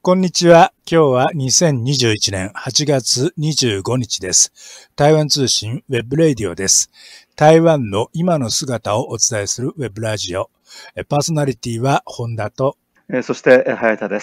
こんにちは。今日は2021年8月25日です。台湾通信ウェブレディオです。台湾の今の姿をお伝えするウェブラジオ。パーソナリティは本田と、 そして早田です。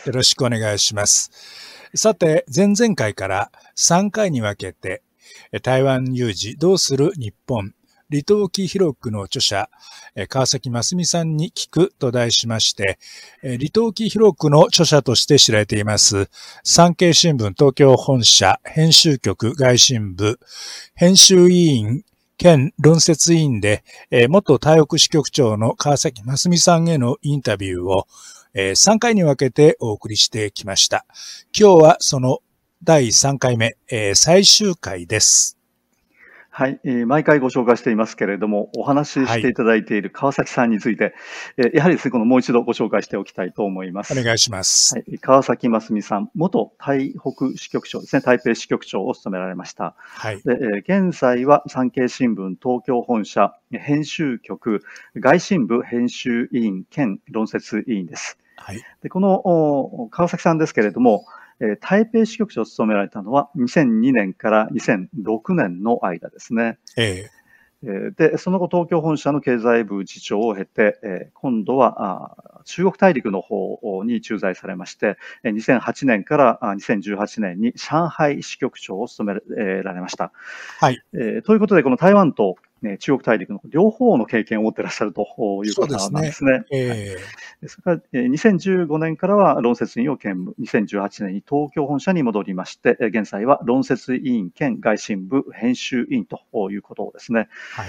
よろしくお願いします。さて、前々回から3回に分けて、台湾有事どうする日本、李登輝博句の著者、川崎真澄さんに聞くと題しまして、李登輝博句の著者として知られています、産経新聞東京本社編集局外信部編集委員兼論説委員で、元台北支局長の川崎真澄さんへのインタビューを、3回に分けてお送りしてきました。今日はその第3回目、最終回です。 はい、毎回ご紹介していますけれども、お話ししていただいている川崎さんについて、やはりですね、もう一度ご紹介しておきたいと思います。 お願いします。 はい、川崎真澄さん、元台北支局長ですね、台北支局長を務められました。 はい。 で、現在は産経新聞東京本社編集局外信部編集委員兼論説委員です。 はい。 で、この川崎さんですけれども、台北支局長を務められたのは2002年から2006年の間ですね。で、その後東京本社の経済部次長を経て、今度は中国大陸の方に駐在されまして、2008年から2018年に上海支局長を務められました。 はい。 ということで、この台湾と中国大陸の両方の経験を持っていらっしゃるということなんですね。それから2015年からは論説委員を兼務、2018年に東京本社に戻りまして、現在は論説委員兼外信部編集委員ということですね。 はい。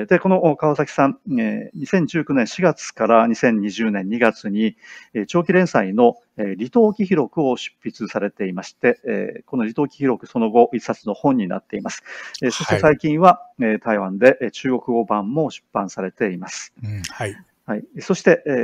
で、この川崎さん、2019年4月から2020年2月に長期連載の李登輝博句を執筆されていまして、この李登輝博句その後一冊の本になっています。そして最近は台湾で中国語版も出版されています。 はい。 はい、そして、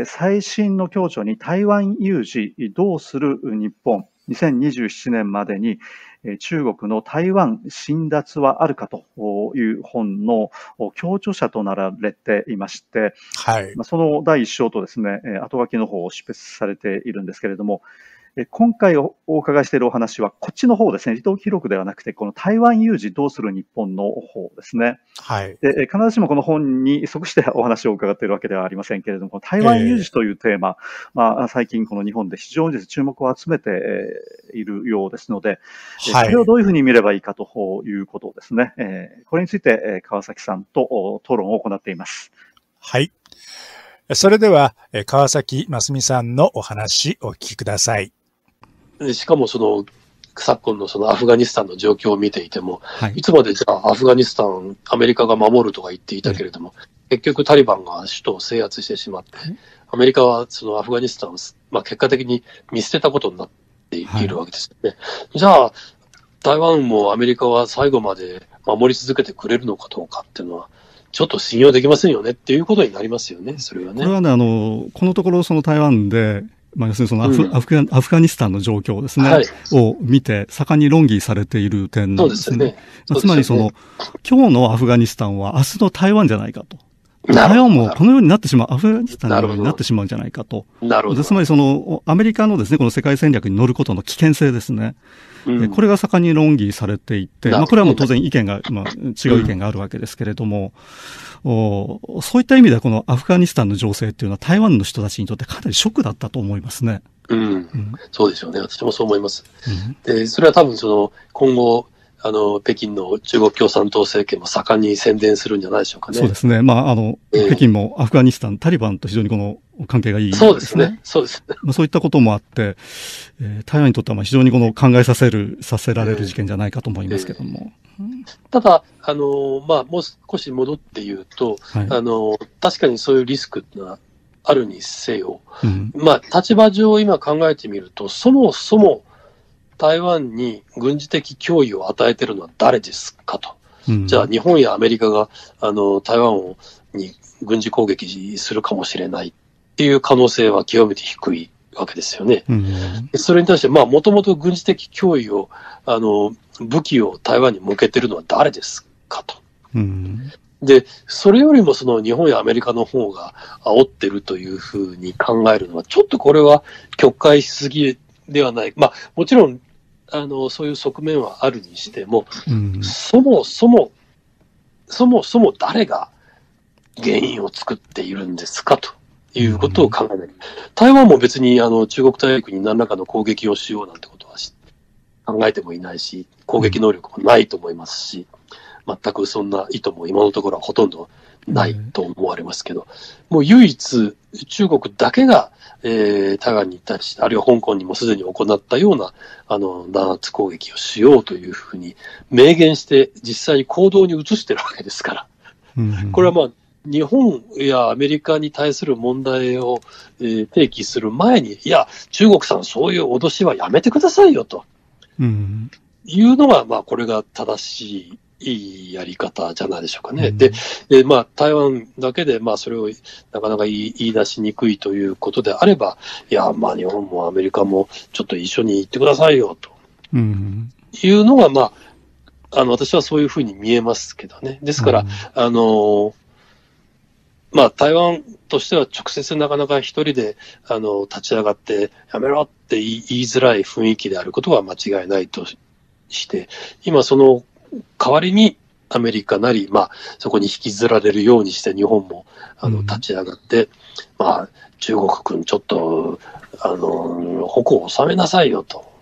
最新の共著に台湾有事どうする日本2027年までに中国の台湾侵奪はあるかという本の共著者となられていまして、 はい、 その第一章とですね、後書きの方を執筆されているんですけれども、今回お伺いしているお話はこっちの方ですね、李登輝博句ではなくてこの台湾有事どうする日本の方ですね。 はい、 で必ずしもこの本に即してお話を伺っているわけではありませんけれども、台湾有事というテーマ、最近この日本で非常に注目を集めているようですので、それをどういうふうに見ればいいかということをですね、これについて川崎さんと討論を行っています。 はい。それでは川崎真澄さんのお話をお聞きください。 しかも昨今のアフガニスタンの状況を見ていても、いつまでじゃあアフガニスタン、アメリカが守るとか言っていたけれども、結局タリバンが首都を制圧してしまって、アメリカはアフガニスタンを、結果的に見捨てたことになっているわけですよね。じゃあ、台湾もアメリカは最後まで守り続けてくれるのかどうかっていうのは、ちょっと信用できませんよねっていうことになりますよね、それはね。 これはね、このところ台湾で、要するにアフガニスタンの状況ですね、を見て、盛んに論議されている点なんですね。つまり今日のアフガニスタンは明日の台湾じゃないかと。台湾もこのようになってしまう、アフガニスタンのようになってしまうんじゃないかと。つまりアメリカのですね、この世界戦略に乗ることの危険性ですね。これが盛んに論議されていて、これはもう当然意見が、違う意見があるわけですけれども、そういった意味ではこのアフガニスタンの情勢っていうのは台湾の人たちにとってかなりショックだったと思いますね。 そうでしょうね。私もそう思います。で、それは多分今後、北京の中国共産党政権も盛んに宣伝するんじゃないでしょうかね。 そうですね。北京もアフガニスタン、タリバンと非常にこの関係がいいですね。 そうですね。そうですね。 そういったこともあって、台湾にとっては非常に考えさせられる事件じゃないかと思いますけども。 ただ、もう少し戻って言うと、確かにそういうリスクがあるにせよ、立場上今考えてみると、そもそも台湾に軍事的脅威を与えているのは誰ですかと。じゃあ日本やアメリカが台湾に軍事攻撃するかもしれないっていう可能性は極めて低いわけですよね。それに対してもともと軍事的脅威を武器を台湾に向けているのは誰ですかと。で、それよりも日本やアメリカの方が煽ってるというふうに考えるのは、ちょっとこれは曲解しすぎではない。まあ、もちろん、そういう側面はあるにしても、そもそも誰が原因を作っているんですかということを考えない。台湾も別に中国大陸に何らかの攻撃をしようなんてことは考えてもいないし、攻撃能力もないと思いますし、全くそんな意図も今のところはほとんどないと思われますけど、もう唯一中国だけが、台湾に対して、あるいは香港にもすでに行ったような弾圧攻撃をしようというふうに明言して実際に行動に移してるわけですから、これはまあ日本やアメリカに対する問題を、提起する前に、いや、中国さんそういう脅しはやめてくださいよと、いうのが、まあこれが正しいいいやり方じゃないでしょうかね。で、まあ、台湾だけで、まあ、それをなかなか言い出しにくいということであれば、いや、まあ、日本もアメリカもちょっと一緒に行ってくださいよ、というのが、まあ、私はそういうふうに見えますけどね。ですから、まあ、台湾としては直接なかなか一人で、立ち上がって、やめろって言いづらい雰囲気であることは間違いないとして、今その、代わりにアメリカなり、まあ、そこに引きずられるようにして日本も立ち上がって、まあ、中国君ちょっと矛を収めなさいよと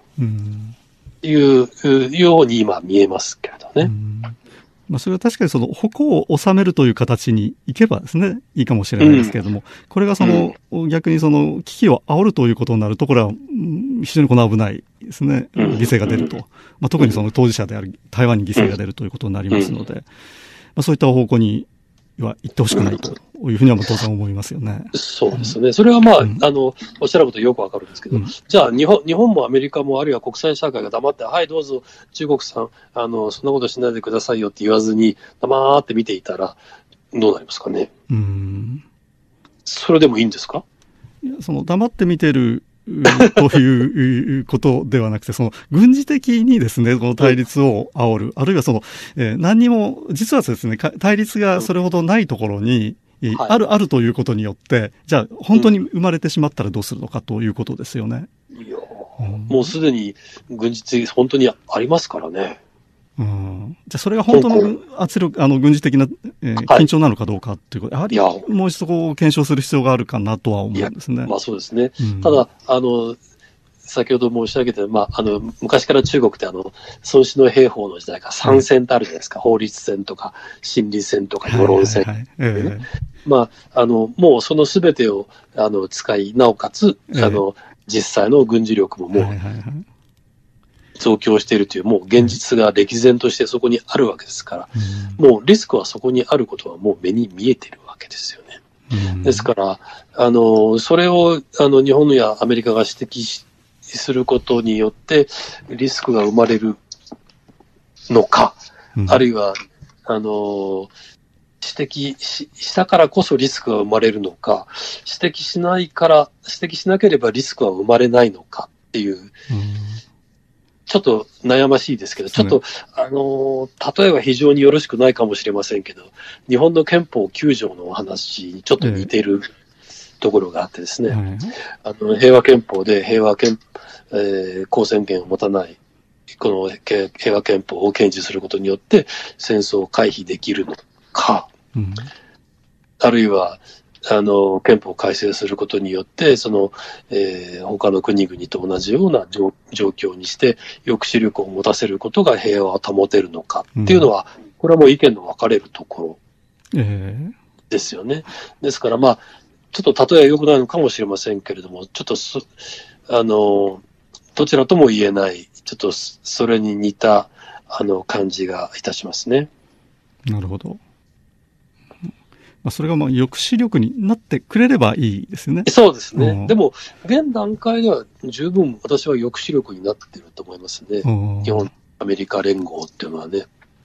いうように今見えますけれどね。 まあ、それは確かにその矛を収めるという形にいけばですね、いいかもしれないですけれども、これがその、逆にその危機を煽るということになると、これは非常に危ないですね。犠牲が出ると。まあ、特にその当事者である台湾に犠牲が出るということになりますので、まあ、そういった方向には行ってほしくないというふうには当然思いますよね。 そうですね。それはまあ、おっしゃることよくわかるんですけど、じゃあ日本もアメリカもあるいは国際社会が黙って、はい、どうぞ中国さん、そんなことしないでくださいよって言わずに、黙って見ていたら、どうなりますかね。それでもいいんですか？ いや、その黙って見てるということではなくて、その軍事的にですね、この対立を煽る、あるいはその、何にも、実はですね、対立がそれほどないところに、あるということによって、じゃあ本当に生まれてしまったらどうするのかということですよね。 いや、もうすでに軍事的本当にありますからね。 じゃあそれが本当の圧力、軍事的な、緊張なのかどうかということ、やはりもう一度こう検証する必要があるかなとは思うんですね。 まあそうですね。ただ、先ほど申し上げた、まあ、昔から中国って孫子の兵法の時代から3戦ってあるじゃないですか。法律戦とか、心理戦とか、世論戦。まあ、もうその全てを、使い、なおかつ、実際の軍事力ももう、増強しているという、もう現実が歴然としてそこにあるわけですから、もうリスクはそこにあることはもう目に見えているわけですよね。ですから、それを、日本やアメリカが指摘することによって、リスクが生まれるのか、あるいは、指摘したからこそリスクが生まれるのか、指摘しなければリスクは生まれないのかっていう、ちょっと悩ましいですけど、ちょっと、例えば非常によろしくないかもしれませんけど、日本の憲法9条のお話にちょっと似てるところがあってですね、平和憲法で公選権を持たない、この平和憲法を堅持することによって戦争を回避できるのか、あるいは、憲法を改正することによって、他の国々と同じような状況にして、抑止力を持たせることが平和を保てるのかっていうのは、これはもう意見の分かれるところですよね。ですから、まあ、ちょっと例えは良くないのかもしれませんけれども、ちょっとどちらとも言えない、ちょっとそれに似た、感じがいたしますね。 なるほど。それがまあ抑止力になってくれればいいですね。 そうですね。でも、現段階では十分私は抑止力になっていると思いますね。日本、アメリカ連合っていうのはね。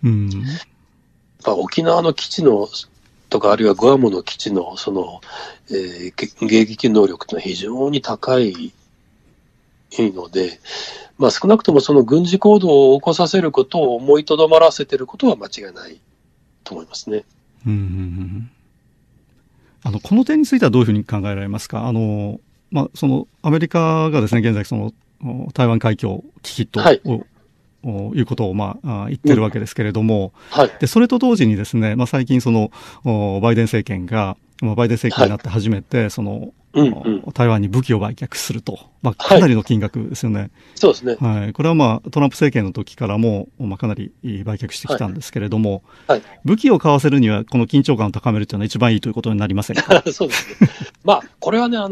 沖縄の基地のとか、あるいはグアムの基地の迎撃能力というのは非常に高いので、まあ少なくともその軍事行動を起こさせることを思いとどまらせていることは間違いないと思いますね。 この点についてはどういうふうに考えられますか？まあ、アメリカがですね、現在台湾海峡危機と、いうことを、言ってるわけですけれども、で、それと同時にですね、最近バイデン政権が、バイデン政権になって初めて、台湾に武器を売却すると。かなりの金額ですよね。 そうですね。 はい。これはトランプ政権の時からも、かなり売却してきたんですけれども、武器を買わせるには、この緊張感を高めるというのは一番いいということになりませんか？ そうですね。これはね、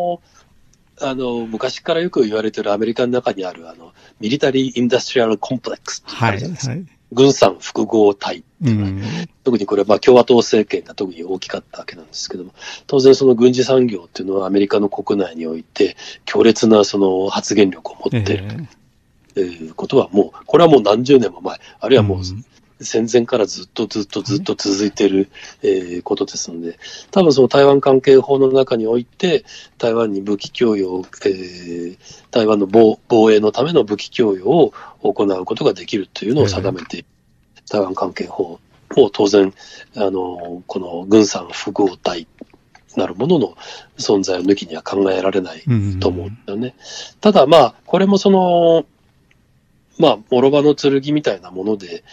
昔からよく言われているアメリカの中にある、ミリタリー・インダストリアル・コンプレックスってあるじゃないですか。軍産複合体っていうのは、特にこれは共和党政権が特に大きかったわけなんですけども、当然その軍事産業っていうのはアメリカの国内において強烈なその発言力を持っているということはこれはもう何十年も前、あるいはもう戦前からずっと続いている、ことですので、多分その台湾関係法の中において、台湾に武器供与、台湾の防衛のための武器供与を行うことができるというのを定めて、台湾関係法を当然、この軍産複合体なるものの存在を抜きには考えられないと思うんですよね。ただこれも諸刃の剣みたいなもので、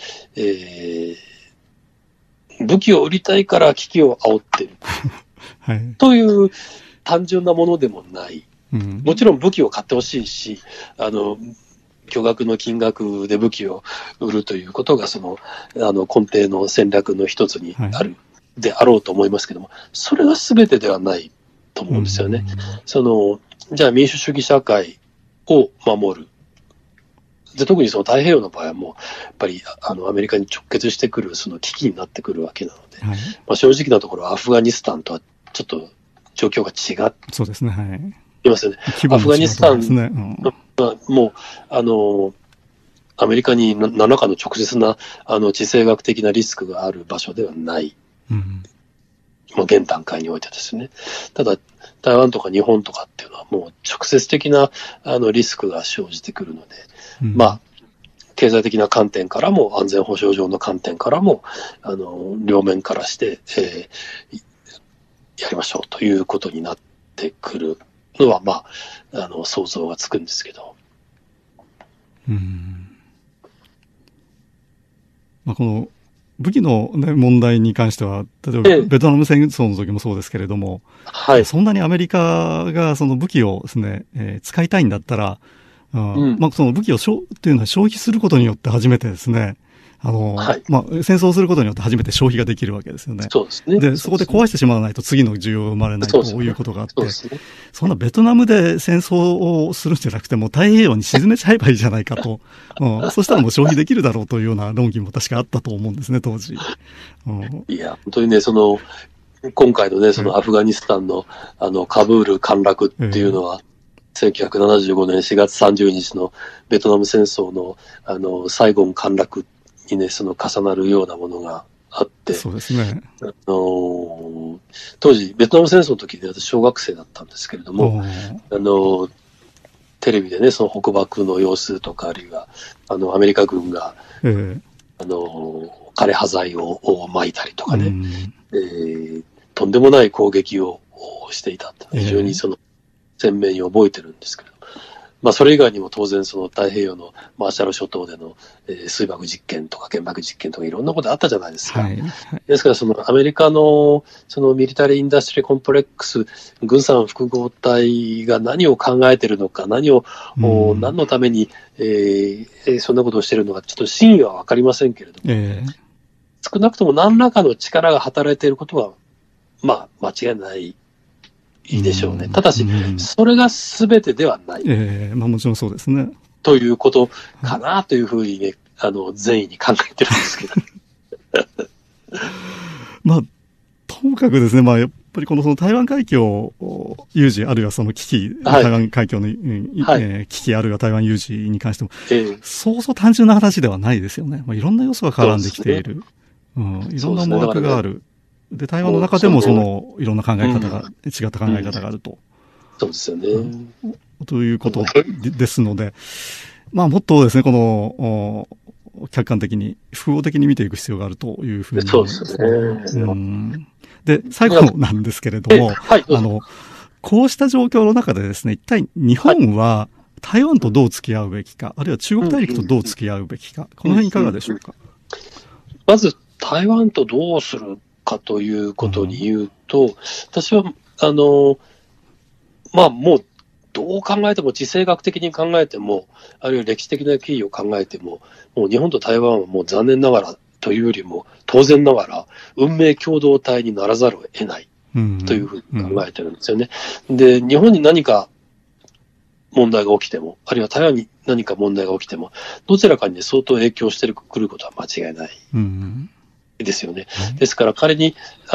武器を売りたいから危機を煽っている、という単純なものでもない。もちろん武器を買ってほしいし、巨額の金額で武器を売るということが根底の戦略の一つにある、であろうと思いますけども、それが全てではないと思うんですよね。じゃあ民主主義社会を守る。で、特に太平洋の場合はもう、やっぱり、アメリカに直結してくる、危機になってくるわけなので、正直なところ、アフガニスタンとはちょっと状況が違って、 そうですね、 いますよね。アフガニスタンは、もう、アメリカに何らかの直接な、地政学的なリスクがある場所ではない。現段階においてですね。ただ、台湾とか日本とかっていうのはもう直接的なリスクが生じてくるので、経済的な観点からも安全保障上の観点からも両面からして、やりましょうということになってくるのは想像がつくんですけど。 この武器の、問題に関しては、例えばベトナム戦争の時もそうですけれども、そんなにアメリカがその武器をですね、使いたいんだったら、その武器をっていうのは消費することによって初めてですね、戦争をすることによって初めて消費ができるわけですよね。 そうですね。 で、そこで壊してしまわないと次の需要が生まれないということがあって、そんなベトナムで戦争をするんじゃなくても太平洋に沈めちゃえばいいじゃないかと、そしたらもう消費できるだろうというような論議も確かあったと思うんですね、当時。 いや、本当にね、今回のね、アフガニスタンのカブール陥落っていうのは、1975年4月30日のベトナム戦争のサイゴン陥落にね、重なるようなものがあって、 そうですね。 当時、ベトナム戦争の時に私小学生だったんですけれども、テレビでね、北爆の様子とか、あるいは、アメリカ軍が、枯葉剤を撒いたりとかね、とんでもない攻撃をしていたと。非常に鮮明に覚えてるんですけど、それ以外にも当然太平洋のマーシャル諸島での、水爆実験とか原爆実験とかいろんなことあったじゃないですか。ですからアメリカのミリタリー・インダストリー・コンプレックス、軍産複合体が何を考えてるのか、何のために、そんなことをしているのか、ちょっと真意はわかりませんけれども、少なくとも何らかの力が働いていることは、間違いないでしょうね。ただし、それが全てではない。 もちろんそうですね。 ということかなというふうにね、善意に考えてるんですけど。 ともかくですね、やっぱりその台湾海峡有事、あるいはその危機、台湾海峡の、危機、あるいは台湾有事に関しても、そうそう単純な話ではないですよね。いろんな要素が絡んできている。いろんな思惑がある。で、台湾の中でもいろんな考え方が、違った考え方があると。 そうですよね。 ということですので、もっとですね、客観的に、複合的に見ていく必要があるというふうに。 そうですね。 で、最後なんですけれども、こうした状況の中でですね、一体日本は台湾とどう付き合うべきか、あるいは中国大陸とどう付き合うべきか、この辺いかがでしょうか。 まず、台湾とどうするかということに言うと、私は、まあ、もう、どう考えても、地政学的に考えても、あるいは歴史的な経緯を考えても、もう日本と台湾はもう残念ながらというよりも、当然ながら、運命共同体にならざるを得ないというふうに考えてるんですよね。で、日本に何か問題が起きても、あるいは台湾に何か問題が起きても、どちらかに、ね、相当影響してくることは間違いない。ですよね。ですから仮に、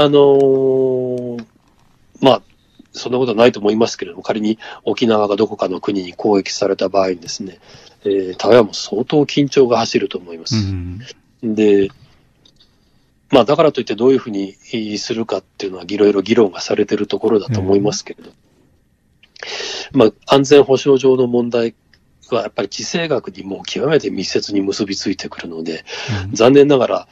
まあ、そんなことはないと思いますけれども、仮に沖縄がどこかの国に攻撃された場合にですね、台湾も相当緊張が走ると思います。で、まあだからといってどういうふうにするかっていうのはいろいろ議論がされているところだと思いますけれど、まあ安全保障上の問題はやっぱり地政学にも極めて密接に結びついてくるので、残念ながら、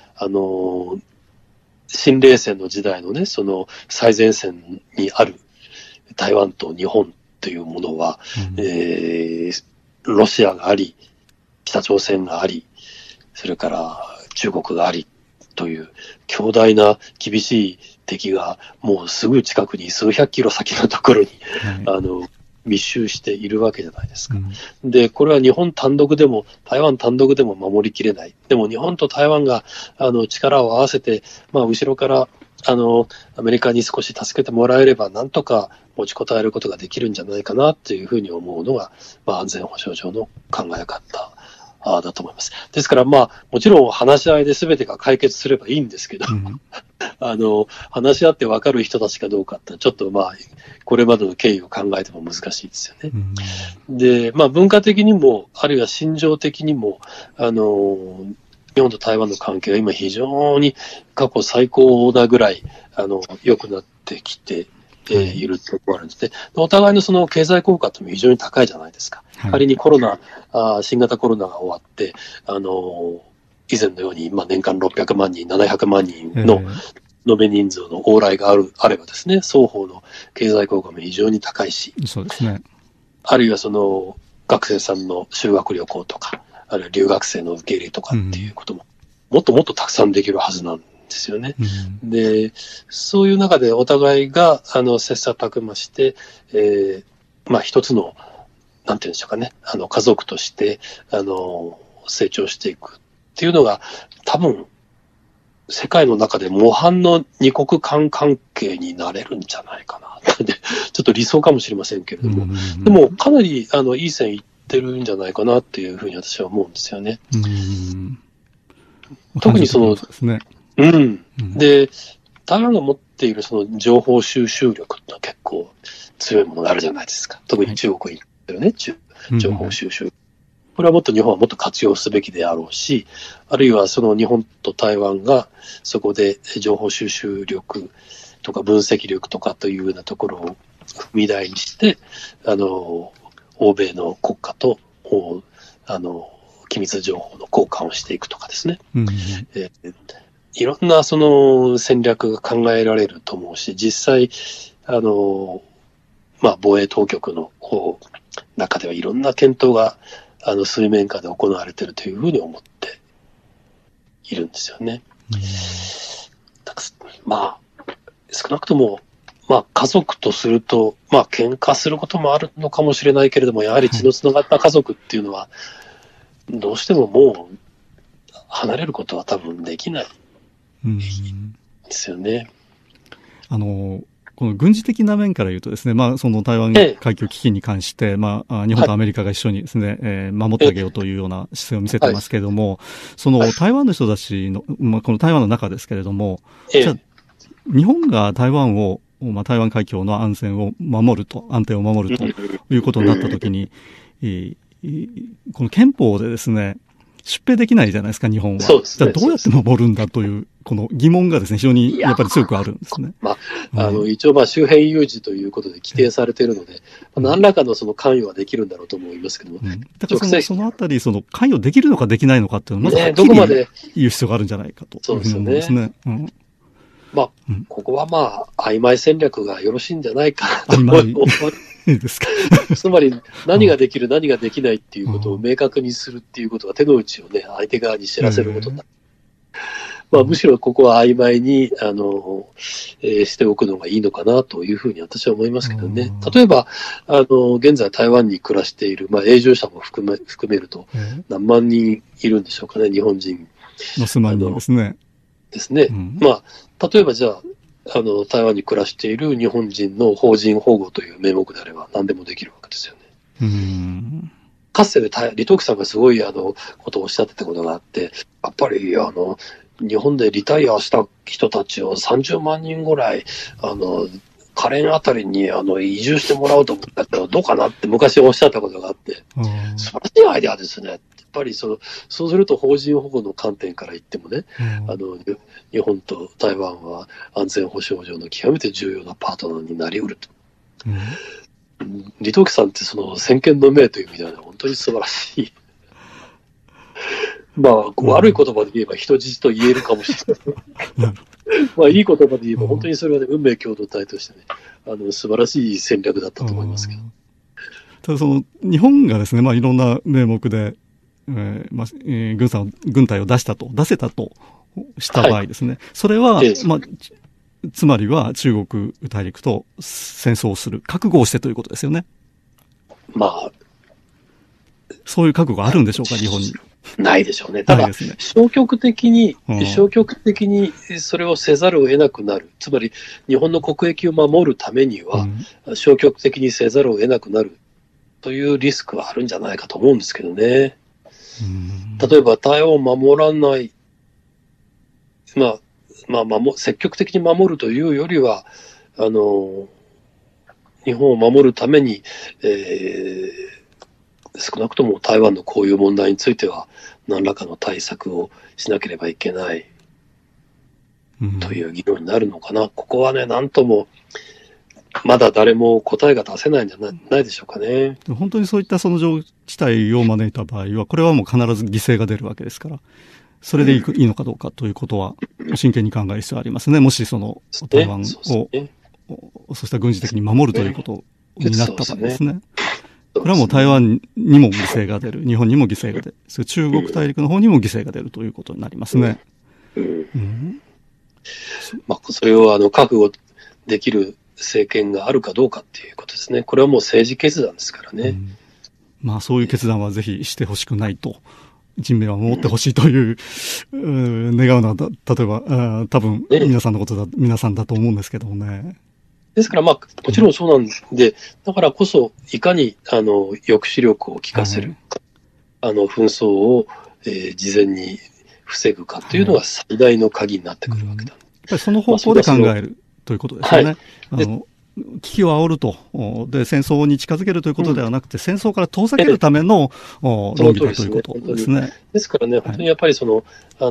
新冷戦の時代のね、その最前線にある台湾と日本というものは、ロシアがあり、北朝鮮があり、それから中国がありという強大な厳しい敵がもうすぐ近くに数百キロ先のところに、密集しているわけじゃないですか。で、これは日本単独でも台湾単独でも守りきれない。でも日本と台湾が力を合わせて、まあ後ろからアメリカに少し助けてもらえればなんとか持ちこたえることができるんじゃないかなというふうに思うのが、まあ安全保障上の考え方だと思います。ですからまあもちろん話し合いで全てが解決すればいいんですけど、話し合って分かる人たちかどうかってちょっとまあこれまでの経緯を考えても難しいですよね。で、まあ文化的にもあるいは心情的にも日本と台湾の関係が今非常に過去最高なぐらい良くなってきているところがあるんですね。お互いのその経済効果というのも非常に高いじゃないですか。仮に新型コロナが終わって、以前のように、まあ、年間600万人、700万人の延べ人数の往来があればですね、双方の経済効果も非常に高いし、 そうですね。 あるいはその学生さんの修学旅行とか、あるいは留学生の受け入れとかっていうことも、もっともっとたくさんできるはずなんですよね。で、そういう中でお互いが切磋琢磨して、まあ一つのなんていうんでしょうかね、家族として成長していくっていうのが多分世界の中で模範の二国間関係になれるんじゃないかなちょっと理想かもしれませんけれども、でもかなりいい線いってるんじゃないかなっていうふうに私は思うんですよね。特にその、で、台湾が持っているその情報収集力ってのは結構強いものがあるじゃないですか。特に中国にね、情報収集。これはもっと日本はもっと活用すべきであろうし、あるいはその日本と台湾がそこで情報収集力とか分析力とかというようなところを踏み台にして、欧米の国家と、機密情報の交換をしていくとかですね。いろんなその戦略が考えられると思うし、実際、まあ、防衛当局の中ではいろんな検討が水面下で行われているというふうに思っているんですよね。まあ、少なくとも、まあ、家族とすると、まあ、喧嘩することもあるのかもしれないけれども、やはり血のつながった家族っていうのは、どうしてももう離れることは多分できないですよね。 この軍事的な面から言うとですね、まあ、その台湾海峡危機に関して、まあ、日本とアメリカが一緒にですね、守ってあげようというような姿勢を見せてますけれども、その台湾の人たちの、まあ、この台湾の中ですけれども、じゃあ、日本が台湾を、まあ、台湾海峡の安全を守ると、安定を守るということになったときに、この憲法でですね、出兵できないじゃないですか、日本は。そうですね。じゃあどうやって守るんだという、この疑問がですね、非常にやっぱり強くあるんですね。 まあ、一応、まあ、周辺有事ということで規定されているので、何らかのその関与はできるんだろうと思いますけども。 だからそのあたり、その関与できるのかできないのかっていうのは、まずはっきり言う必要があるんじゃないかというふうに思うんですね。 まあ、ここはまあ、曖昧戦略がよろしいんじゃないかなと思いですか。 つまり、何ができる、何ができないっていうことを明確にするっていうことが手の内をね、相手側に知らせることになる。まあ、むしろここは曖昧に、しておくのがいいのかなというふうに私は思いますけどね。例えば、現在台湾に暮らしている、まあ、永住者も含めると、何万人いるんでしょうかね、日本人。 の数万人ですね。 ですね。まあ、例えばじゃあ、台湾に暮らしている日本人の邦人保護という名目であれば何でもできるわけですよね。かつて李登輝さんがすごいことをおっしゃってたことがあって、やっぱり日本でリタイアした人たちを30万人ぐらい、カレンあたりに移住してもらうと思ったらどうかなって昔おっしゃったことがあって、素晴らしいアイデアですね。やっぱりそうすると邦人保護の観点から言ってもね、日本と台湾は安全保障上の極めて重要なパートナーになり得ると。李登輝さんってその先見の明という意味では、ね、本当に素晴らしい。まあ、悪い言葉で言えば人質と言えるかもしれない。まあ、いい言葉で言えば本当にそれはね、運命共同体としてね、素晴らしい戦略だったと思いますけど。 ただ日本がですね、まあいろんな名目で、軍隊を出せたとした場合ですね。それは、まあ、つまりは中国大陸と戦争をする、覚悟をしてということですよね。 まあ。 そういう覚悟あるんでしょうか、日本に。 ないでしょうね。ただ、消極的にそれをせざるを得なくなる。つまり、日本の国益を守るためには、消極的にせざるを得なくなるというリスクはあるんじゃないかと思うんですけどね。例えば、台湾を守らない、積極的に守るというよりは、日本を守るために、少なくとも台湾のこういう問題については何らかの対策をしなければいけないという議論になるのかな。ここはね、なんともまだ誰も答えが出せないんじゃないでしょうかね。 本当にそういったその事態を招いた場合は、これはもう必ず犠牲が出るわけですから、それでいいのかどうかということは真剣に考える必要がありますね。もし台湾をそうした軍事的に守るということになった場合ですね。これはもう台湾にも犠牲が出る、日本にも犠牲が出る、中国大陸の方にも犠牲が出るということになりますね。 まあ、それを覚悟できる政権があるかどうかっていうことですね。これはもう政治決断ですからね。 まあそういう決断はぜひしてほしくないと。人命は守ってほしいという、願うのは、例えば、多分、皆さんだと思うんですけどもね。 ですから、まあ、もちろんそうなんで、だからこそ、いかに、抑止力を効かせるか、紛争を、事前に防ぐかというのが最大の鍵になってくるわけだ。 やっぱりその方向で考えるということですよね。危機を煽ると。で、戦争に近づけるということではなくて、戦争から遠ざけるための論議だということですね。 ですからね、本当にやっぱり外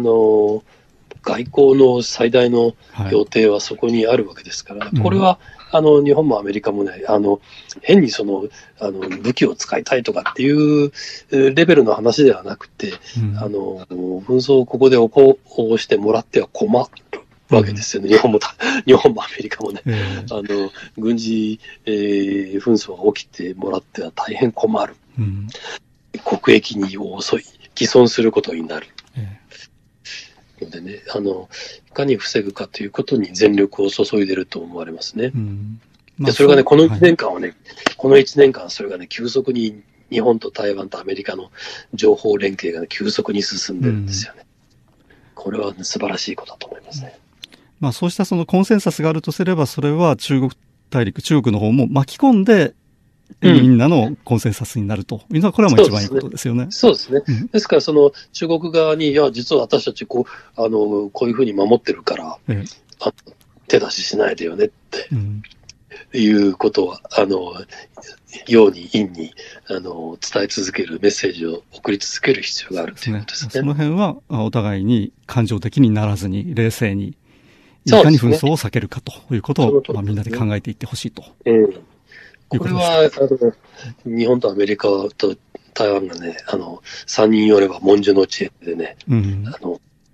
交の最大の要諦はそこにあるわけですから、これは、日本もアメリカもね、変に武器を使いたいとかっていうレベルの話ではなくて、紛争をここで起こしてもらっては困るわけですよね。日本もアメリカもね、軍事、紛争が起きてもらっては大変困る。国益に遅い、既存することになる。のでね、いかに防ぐかということに全力を注いでいると思われますね。で、それがね、この1年間はね、それがね、急速に日本と台湾とアメリカの情報連携が、ね、急速に進んでるんですよね。これは、ね、素晴らしいことだと思いますね。 まあそうしたそのコンセンサスがあるとすれば、それは中国の方も巻き込んで、みんなのコンセンサスになるというのは、これはもう一番いいことですよね。 そうですね。ですから、中国側に、いや、実は私たちこういうふうに守ってるから、手出ししないでよねって、いうことは、陽に陰に伝え続けるメッセージを送り続ける必要があるということですね。 その辺は、お互いに感情的にならずに、冷静に、いかに紛争を避けるかということを、みんなで考えていってほしいと。 これは、日本とアメリカと台湾がね、3人寄れば文殊の知恵でね、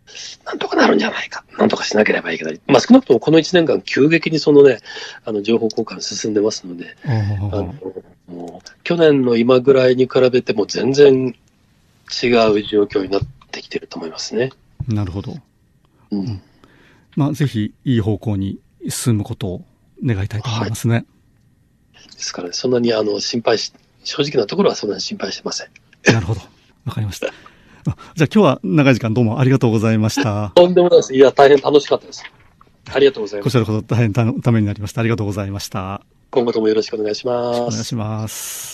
なんとかなるんじゃないか。なんとかしなければいけない。少なくともこの1年間、急激にそのね、情報交換進んでますので、もう去年の今ぐらいに比べても全然違う状況になってきてると思いますね。 なるほど。ぜひいい方向に進むことを願いたいと思いますね。 ですから、そんなに正直なところはそんなに心配してません。 なるほど。わかりました。じゃあ今日は長い時間どうもありがとうございました。 とんでもないです。いや、大変楽しかったです。ありがとうございます。 こちらこそ大変ためになりました。ありがとうございました。 今後ともよろしくお願いします。 お願いします。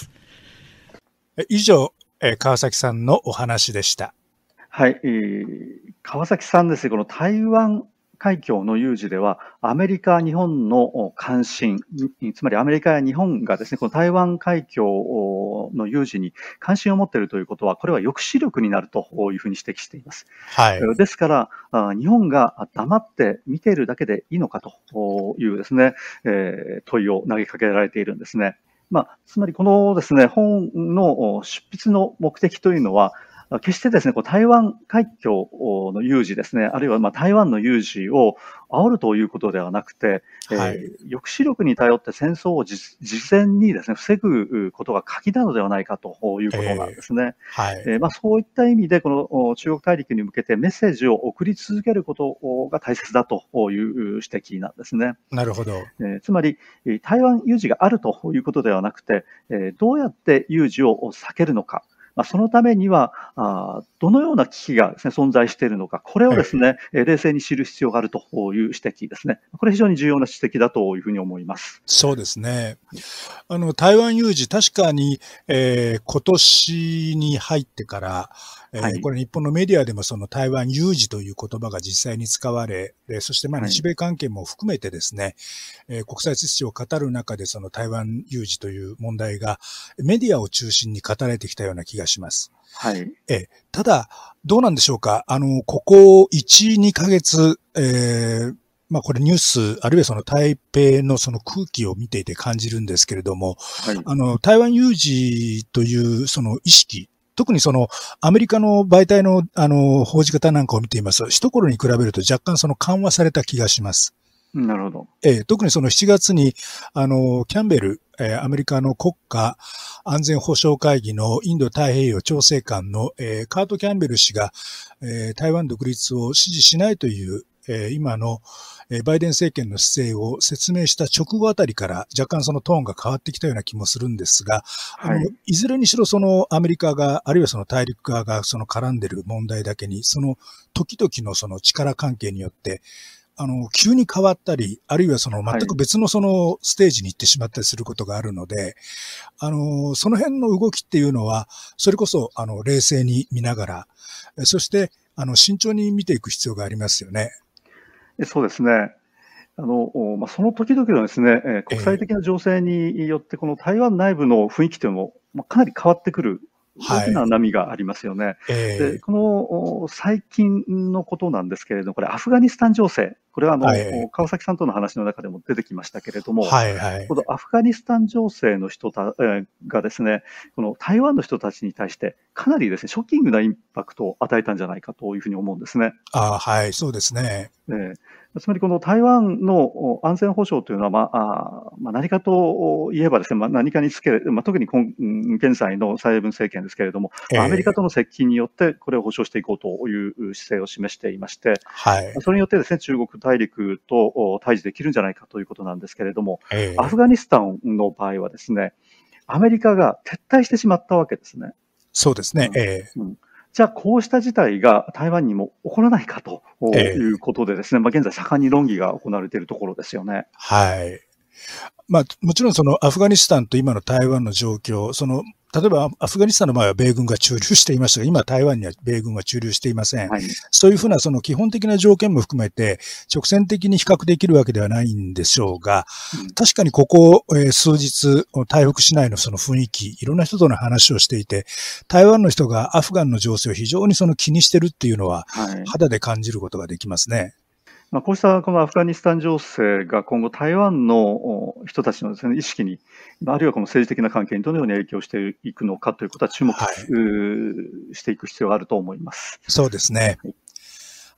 以上、川崎さんのお話でした。 はい、川崎さんですね、この台湾海峡の有事では、アメリカ、日本の関心、つまりアメリカや日本がですね、この台湾海峡の有事に関心を持っているということは、これは抑止力になるというふうに指摘しています。はい、ですから、日本が黙って見ているだけでいいのかというですね、問いを投げかけられているんですね。つまりこのですね、本の執筆の目的というのは、決してですね、台湾海峡の有事ですね、あるいは台湾の有事を煽るということではなくて、抑止力に頼って戦争を事前にですね、防ぐことが鍵なのではないかということなんですね。そういった意味で、この中国大陸に向けてメッセージを送り続けることが大切だという指摘なんですね。 なるほど。 つまり、台湾有事があるということではなくて、どうやって有事を避けるのか。そのためには、どのような危機がですね、存在しているのか、これをですね、冷静に知る必要があるという指摘ですね。これ非常に重要な指摘だというふうに思います。 そうですね。台湾有事、確かに、今年に入ってから、これ日本のメディアでもその台湾有事という言葉が実際に使われ、そして日米関係も含めてですね、国際秩序を語る中でその台湾有事という問題がメディアを中心に語られてきたような気がします。ただ、どうなんでしょうか。ここ1、2ヶ月、これニュース、あるいはその台北のその空気を見ていて感じるんですけれども、台湾有事というその意識、特にそのアメリカの媒体の報じ方なんかを見ていますと、一頃に比べると若干その緩和された気がします。 なるほど。 特にその7月にキャンベル、アメリカの国家安全保障会議のインド太平洋調整官の、カート・キャンベル氏が、台湾独立を支持しないという、今のバイデン政権の姿勢を説明した直後あたりから若干そのトーンが変わってきたような気もするんですが、いずれにしろそのアメリカが、あるいはその大陸側がその絡んでる問題だけに、その時々のその力関係によって、急に変わったり、あるいはその全く別のそのステージに行ってしまったりすることがあるので、その辺の動きっていうのは、それこそ冷静に見ながら、そして慎重に見ていく必要がありますよね。 そうですね。その時々のですね、国際的な情勢によって、この台湾内部の雰囲気というのも、かなり変わってくる。大きな波がありますよね。でこの最近のことなんですけれども、これアフガニスタン情勢、これは川崎さんとの話の中でも出てきましたけれども、このアフガニスタン情勢の人がですね、この台湾の人たちに対してかなりですね、ショッキングなインパクトを与えたんじゃないかというふうに思うんですね。 そうですね。 つまりこの台湾の安全保障というのは、何かといえばですね、何かにつけ、特に現在の蔡英文政権ですけれども、アメリカとの接近によってこれを保障していこうという姿勢を示していまして、それによってですね、中国大陸と対峙できるんじゃないかということなんですけれども、アフガニスタンの場合はですね、アメリカが撤退してしまったわけですね。 そうですね。 じゃあ、こうした事態が台湾にも起こらないかということでですね、現在盛んに論議が行われているところですよね。 もちろんそのアフガニスタンと今の台湾の状況、例えばアフガニスタンの場合は米軍が駐留していましたが、今台湾には米軍は駐留していません。そういうふうなその基本的な条件も含めて直線的に比較できるわけではないんでしょうが、確かにここ数日、台北市内のその雰囲気、いろんな人との話をしていて、台湾の人がアフガンの情勢を非常にその気にしてるっていうのは肌で感じることができますね。 こうしたこのアフガニスタン情勢が今後台湾の人たちのですね、意識に、あるいはこの政治的な関係にどのように影響していくのかということは注目していく必要があると思います。 そうですね。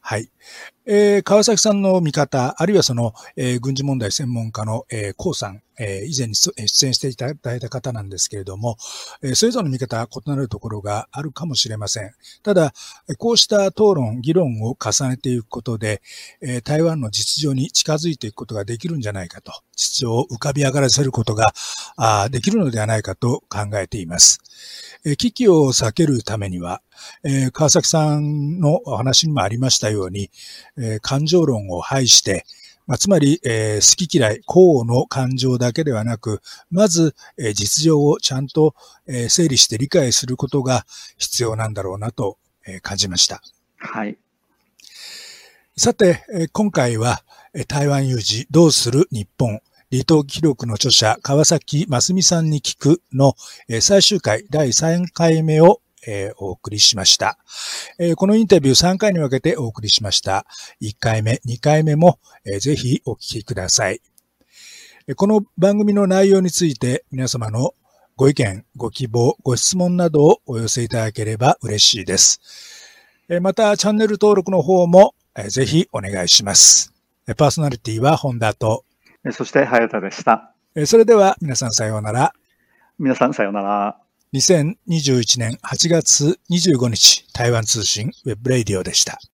はい。川崎さんの見方、あるいは軍事問題専門家の、高さん、以前に出演していただいた方なんですけれども、それぞれの見方は異なるところがあるかもしれません。ただ、こうした討論、議論を重ねていくことで、台湾の実情に近づいていくことができるんじゃないかと、実情を浮かび上がらせることができるのではないかと考えています。危機を避けるためには、川崎さんのお話にもありましたように、感情論を排して、つまり、好き嫌い、好の感情だけではなく、まず、実情をちゃんと、整理して理解することが必要なんだろうなと、感じました。 はい。 さて、今回は、台湾有事どうする日本、離島記録の著者、川崎真澄さんに聞くの最終回第3回目をお送りしました。このインタビュー3回に分けてお送りしました。1回目、2回目もぜひお聞きください。この番組の内容について皆様のご意見、ご希望、ご質問などをお寄せいただければ嬉しいです。また、チャンネル登録の方もぜひお願いします。パーソナリティは本田と、 そして、早田でした。 それでは皆さんさようなら。 皆さんさようなら。 2021年8月25日、台湾通信ウェブレイディオでした。